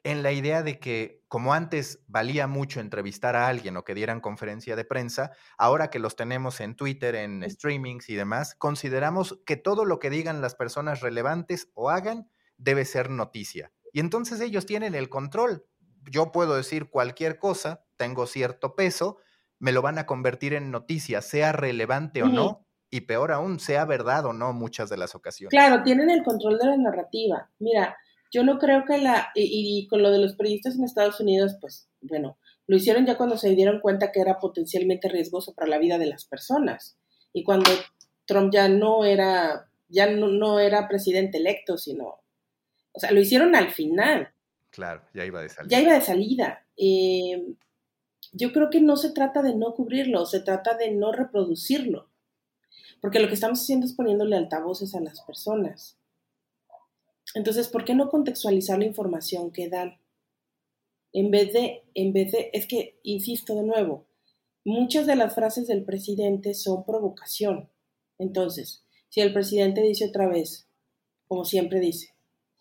en la idea de que, como antes valía mucho entrevistar a alguien o que dieran conferencia de prensa, ahora que los tenemos en Twitter, en streamings y demás, consideramos que todo lo que digan las personas relevantes o hagan debe ser noticia. Y entonces ellos tienen el control. Yo puedo decir cualquier cosa, tengo cierto peso, me lo van a convertir en noticia, sea relevante o no, y peor aún, sea verdad o no muchas de las ocasiones. Claro, tienen el control de la narrativa. Mira, yo no creo que y con lo de los periodistas en Estados Unidos, pues, bueno, lo hicieron ya cuando se dieron cuenta que era potencialmente riesgoso para la vida de las personas. Y cuando Trump ya no era presidente electo, sino, o sea, lo hicieron al final. Claro, ya iba de salida. Ya iba de salida. Yo creo que no se trata de no cubrirlo, se trata de no reproducirlo. Porque lo que estamos haciendo es poniéndole altavoces a las personas. Entonces, ¿por qué no contextualizar la información que dan? En vez de, es que, insisto de nuevo, muchas de las frases del presidente son provocación. Entonces, si el presidente dice otra vez, como siempre dice,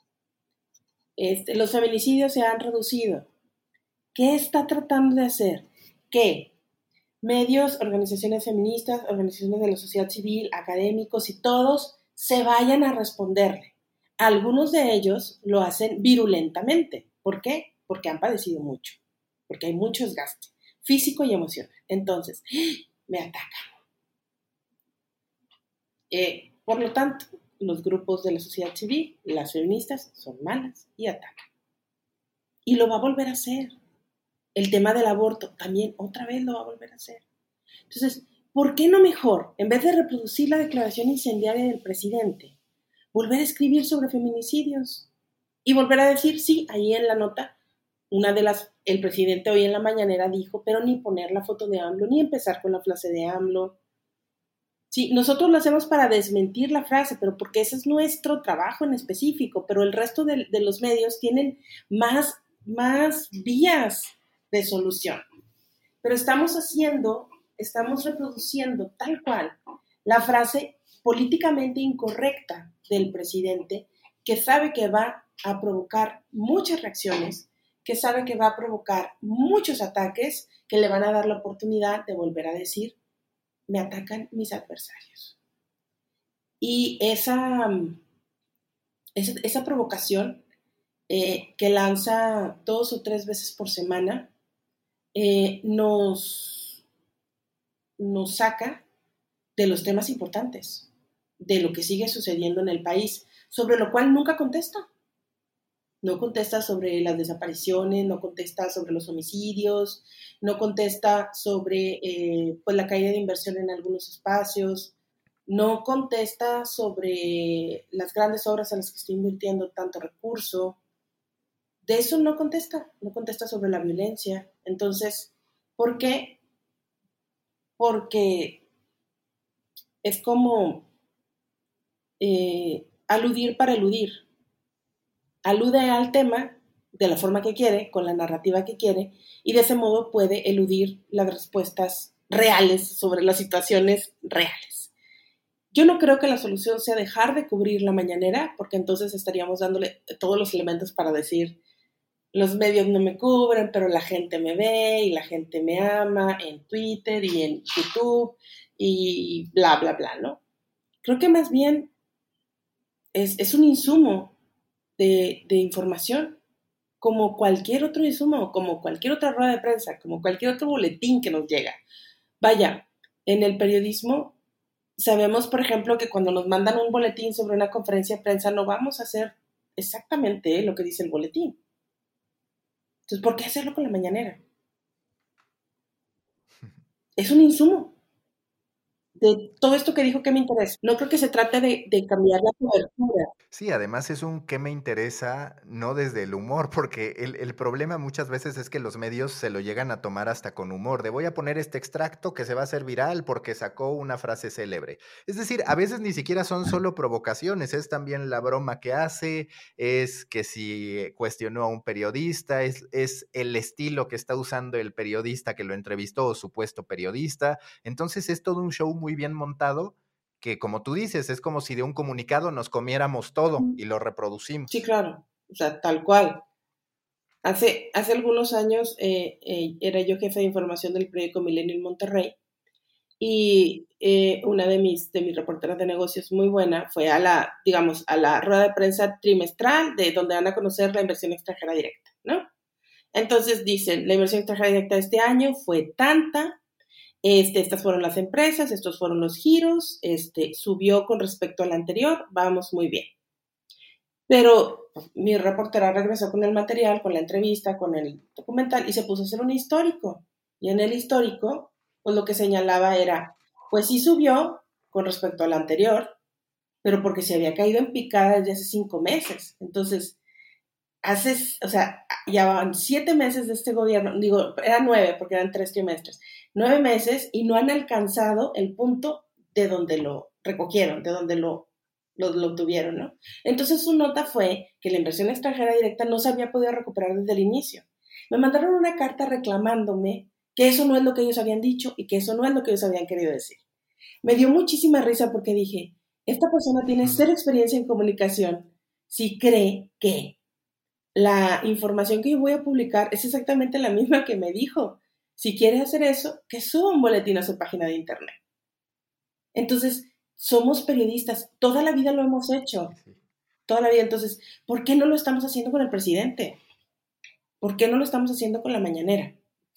los feminicidios se han reducido, ¿qué está tratando de hacer? Que medios, organizaciones feministas, organizaciones de la sociedad civil, académicos y todos se vayan a responderle. Algunos de ellos lo hacen virulentamente. ¿Por qué? Porque han padecido mucho, porque hay mucho desgaste físico y emocional. Entonces, me atacan. Por lo tanto, los grupos de la sociedad civil, las feministas, son malas y atacan. Y lo va a volver a hacer. El tema del aborto también otra vez lo va a volver a hacer. Entonces, ¿por qué no mejor, en vez de reproducir la declaración incendiaria del presidente, volver a escribir sobre feminicidios y volver a decir, sí, ahí en la nota, el presidente hoy en la mañanera dijo, pero ni poner la foto de AMLO, ni empezar con la frase de AMLO. Sí, nosotros lo hacemos para desmentir la frase, pero porque ese es nuestro trabajo en específico, pero el resto de los medios tienen más vías de solución. Pero estamos reproduciendo tal cual la frase políticamente incorrecta del presidente, que sabe que va a provocar muchas reacciones, que sabe que va a provocar muchos ataques, que le van a dar la oportunidad de volver a decir, me atacan mis adversarios. Y esa provocación que lanza 2 o 3 veces por semana, nos saca de los temas importantes, de lo que sigue sucediendo en el país, sobre lo cual nunca contesta. No contesta sobre las desapariciones, no contesta sobre los homicidios, no contesta sobre pues la caída de inversión en algunos espacios, no contesta sobre las grandes obras en las que está invirtiendo tanto recurso. De eso no contesta sobre la violencia. Entonces, ¿por qué? Porque es como aludir para eludir. Alude al tema de la forma que quiere, con la narrativa que quiere, y de ese modo puede eludir las respuestas reales sobre las situaciones reales. Yo no creo que la solución sea dejar de cubrir la mañanera, porque entonces estaríamos dándole todos los elementos para decir, los medios no me cubren, pero la gente me ve y la gente me ama en Twitter y en YouTube y bla, bla, bla, ¿no? Creo que más bien es un insumo de información, como cualquier otro insumo, como cualquier otra rueda de prensa, como cualquier otro boletín que nos llega. Vaya, en el periodismo sabemos, por ejemplo, que cuando nos mandan un boletín sobre una conferencia de prensa no vamos a hacer exactamente lo que dice el boletín. Entonces, ¿por qué hacerlo con la mañanera? Es un insumo de todo esto que dijo que me interesa. No creo que se trate de cambiar la cobertura. Sí, además es un qué me interesa, no desde el humor, porque el problema muchas veces es que los medios se lo llegan a tomar hasta con humor, de voy a poner este extracto que se va a hacer viral porque sacó una frase célebre. Es decir, a veces ni siquiera son solo provocaciones, es también la broma que hace, es que si cuestionó a un periodista, es el estilo que está usando el periodista que lo entrevistó o supuesto periodista. Entonces es todo un show muy bien montado, que como tú dices, es como si de un comunicado nos comiéramos todo y lo reproducimos. Sí, claro, o sea, tal cual. Hace algunos años era yo jefe de información del proyecto Milenio en Monterrey, y una de mis reporteras de negocios muy buena fue a la rueda de prensa trimestral de donde van a conocer la inversión extranjera directa, ¿no? Entonces dicen, la inversión extranjera directa de este año fue tanta, estas fueron las empresas, estos fueron los giros, subió con respecto al anterior, vamos muy bien. Pero mi reportera regresó con el material, con la entrevista, con el documental y se puso a hacer un histórico. Y en el histórico, pues lo que señalaba era, pues sí subió con respecto al anterior, pero porque se había caído en picada desde hace 5 meses. Entonces, ya van 7 meses de este gobierno, eran 9 porque eran 3 trimestres, 9 meses y no han alcanzado el punto de donde lo recogieron, de donde lo tuvieron, ¿no? Entonces su nota fue que la inversión extranjera directa no se había podido recuperar desde el inicio. Me mandaron una carta reclamándome que eso no es lo que ellos habían dicho y que eso no es lo que ellos habían querido decir. Me dio muchísima risa porque dije, esta persona tiene cero experiencia en comunicación si cree que la información que yo voy a publicar es exactamente la misma que me dijo. Si quiere hacer eso, que suba un boletín a su página de internet. Entonces, somos periodistas, toda la vida lo hemos hecho, toda la vida. Entonces, ¿por qué no lo estamos haciendo con el presidente? ¿Por qué no lo estamos haciendo con la mañanera?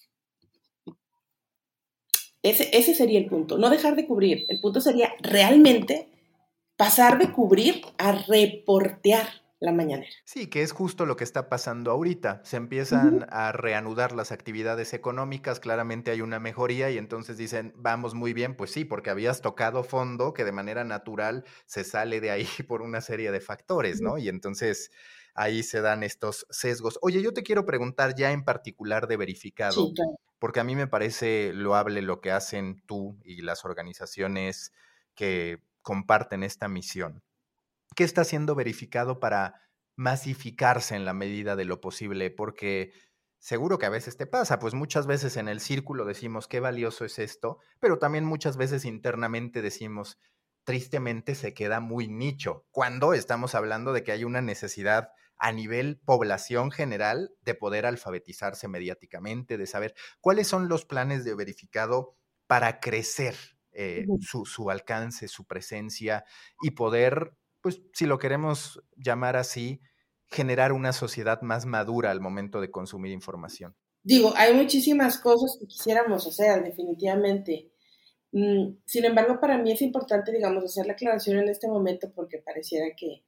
Ese sería el punto, no dejar de cubrir. El punto sería realmente pasar de cubrir a reportear la mañanera. Sí, que es justo lo que está pasando ahorita. Se empiezan a reanudar las actividades económicas, claramente hay una mejoría y entonces dicen, vamos muy bien, pues sí, porque habías tocado fondo que de manera natural se sale de ahí por una serie de factores, ¿no? Y entonces ahí se dan estos sesgos. Oye, yo te quiero preguntar ya en particular de Verificado, Sí, claro. porque a mí me parece loable lo que hacen tú y las organizaciones que comparten esta misión. ¿Qué está siendo Verificado para masificarse en la medida de lo posible? Porque seguro que a veces te pasa, pues muchas veces en el círculo decimos qué valioso es esto, pero también muchas veces internamente decimos, tristemente se queda muy nicho, cuando estamos hablando de que hay una necesidad a nivel población general de poder alfabetizarse mediáticamente, de saber cuáles son los planes de Verificado para crecer su alcance, su presencia y poder, pues si lo queremos llamar así, generar una sociedad más madura al momento de consumir información. Hay muchísimas cosas que quisiéramos hacer, definitivamente. Sin embargo, para mí es importante, hacer la aclaración en este momento porque pareciera que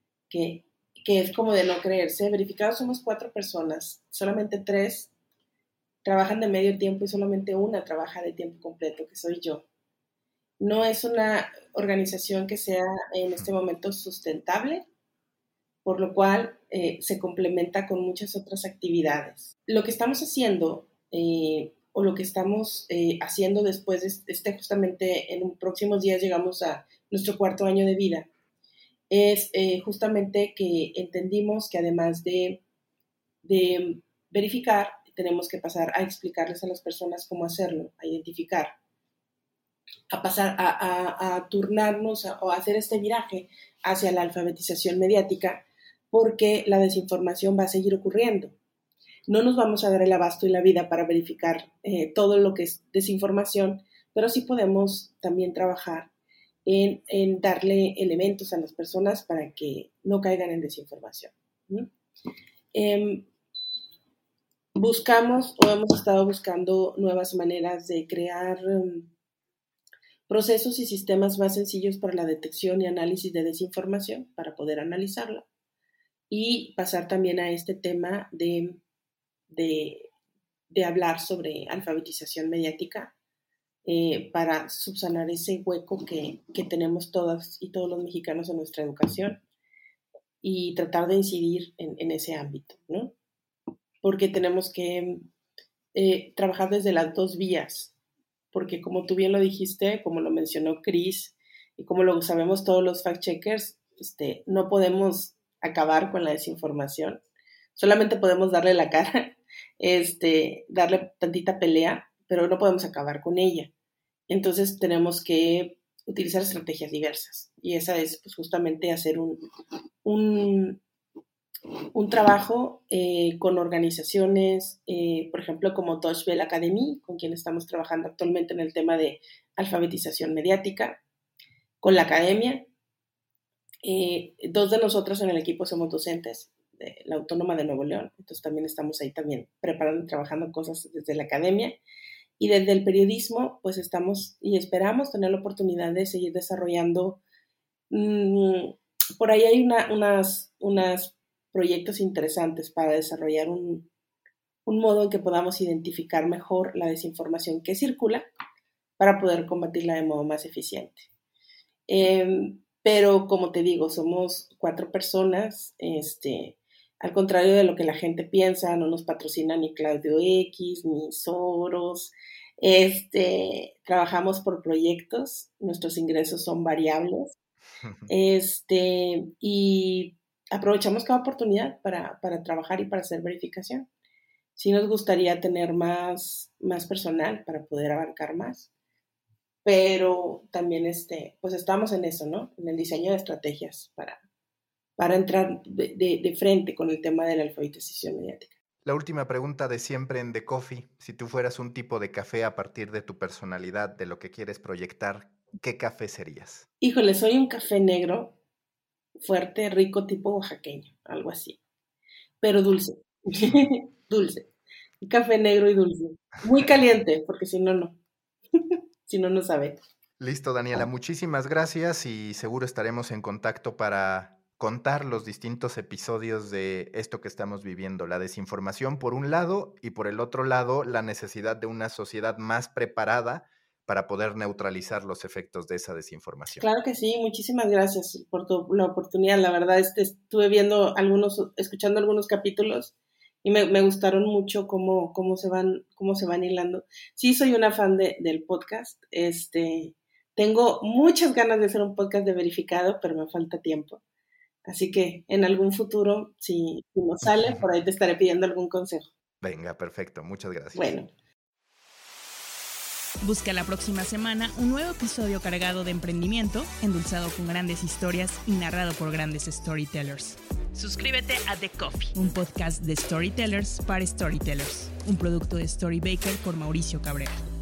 es como de no creerse. Verificados somos 4 personas, solamente 3 trabajan de medio tiempo y solamente una trabaja de tiempo completo, que soy yo. No es una organización que sea en este momento sustentable, por lo cual se complementa con muchas otras actividades. Lo que estamos haciendo, o lo que estamos haciendo después de justamente en los próximos días llegamos a nuestro 4º año de vida, es justamente que entendimos que además de verificar, tenemos que pasar a explicarles a las personas cómo hacerlo, a identificar, a pasar a turnarnos o a hacer este viraje hacia la alfabetización mediática, porque la desinformación va a seguir ocurriendo. No nos vamos a dar el abasto y la vida para verificar todo lo que es desinformación, pero sí podemos también trabajar en darle elementos a las personas para que no caigan en desinformación. Buscamos o hemos estado buscando nuevas maneras de crear procesos y sistemas más sencillos para la detección y análisis de desinformación, para poder analizarla y pasar también a este tema de hablar sobre alfabetización mediática para subsanar ese hueco que tenemos todas y todos los mexicanos en nuestra educación y tratar de incidir en ese ámbito, ¿no? Porque tenemos que trabajar desde las 2 vías, porque como tú bien lo dijiste, como lo mencionó Chris, y como lo sabemos todos los fact-checkers, no podemos acabar con la desinformación, solamente podemos darle la cara, darle tantita pelea, pero no podemos acabar con ella. Entonces tenemos que utilizar estrategias diversas, y esa es pues, justamente hacer un un trabajo con organizaciones, por ejemplo, como Deutsche Welle Academy, con quien estamos trabajando actualmente en el tema de alfabetización mediática, con la academia. 2 de nosotros en el equipo somos docentes de la Autónoma de Nuevo León, entonces también estamos ahí también preparando y trabajando cosas desde la academia. Y desde el periodismo, pues estamos y esperamos tener la oportunidad de seguir desarrollando. Por ahí hay unos proyectos interesantes para desarrollar un modo en que podamos identificar mejor la desinformación que circula para poder combatirla de modo más eficiente. Pero como te digo, somos 4 personas, al contrario de lo que la gente piensa, no nos patrocina ni Claudio X, ni Soros, trabajamos por proyectos, nuestros ingresos son variables, y aprovechamos cada oportunidad para trabajar y para hacer verificación. Sí nos gustaría tener más personal para poder abarcar más, pero también pues estamos en eso, ¿no? En el diseño de estrategias para entrar de frente con el tema de la alfabetización mediática. La última pregunta de siempre en The Coffee. Si tú fueras un tipo de café a partir de tu personalidad, de lo que quieres proyectar, ¿qué café serías? Híjole, soy un café negro, fuerte, rico, tipo oaxaqueño, algo así. Pero dulce. Dulce. Un café negro y dulce. Muy caliente, porque si no, no. Si no, no sabe. Listo, Daniela. Muchísimas gracias y seguro estaremos en contacto para contar los distintos episodios de esto que estamos viviendo, la desinformación por un lado y por el otro lado la necesidad de una sociedad más preparada para poder neutralizar los efectos de esa desinformación. Claro que sí, muchísimas gracias por la oportunidad. La verdad, estuve escuchando algunos capítulos y me gustaron mucho cómo se van hilando. Sí, soy una fan del podcast. Tengo muchas ganas de hacer un podcast de verificado, pero me falta tiempo. Así que en algún futuro, si nos sale, por ahí te estaré pidiendo algún consejo. Venga, perfecto. Muchas gracias. Bueno. Busca la próxima semana un nuevo episodio cargado de emprendimiento, endulzado con grandes historias y narrado por grandes storytellers. Suscríbete a The Coffee, un podcast de storytellers para storytellers, un producto de Storybaker por Mauricio Cabrera.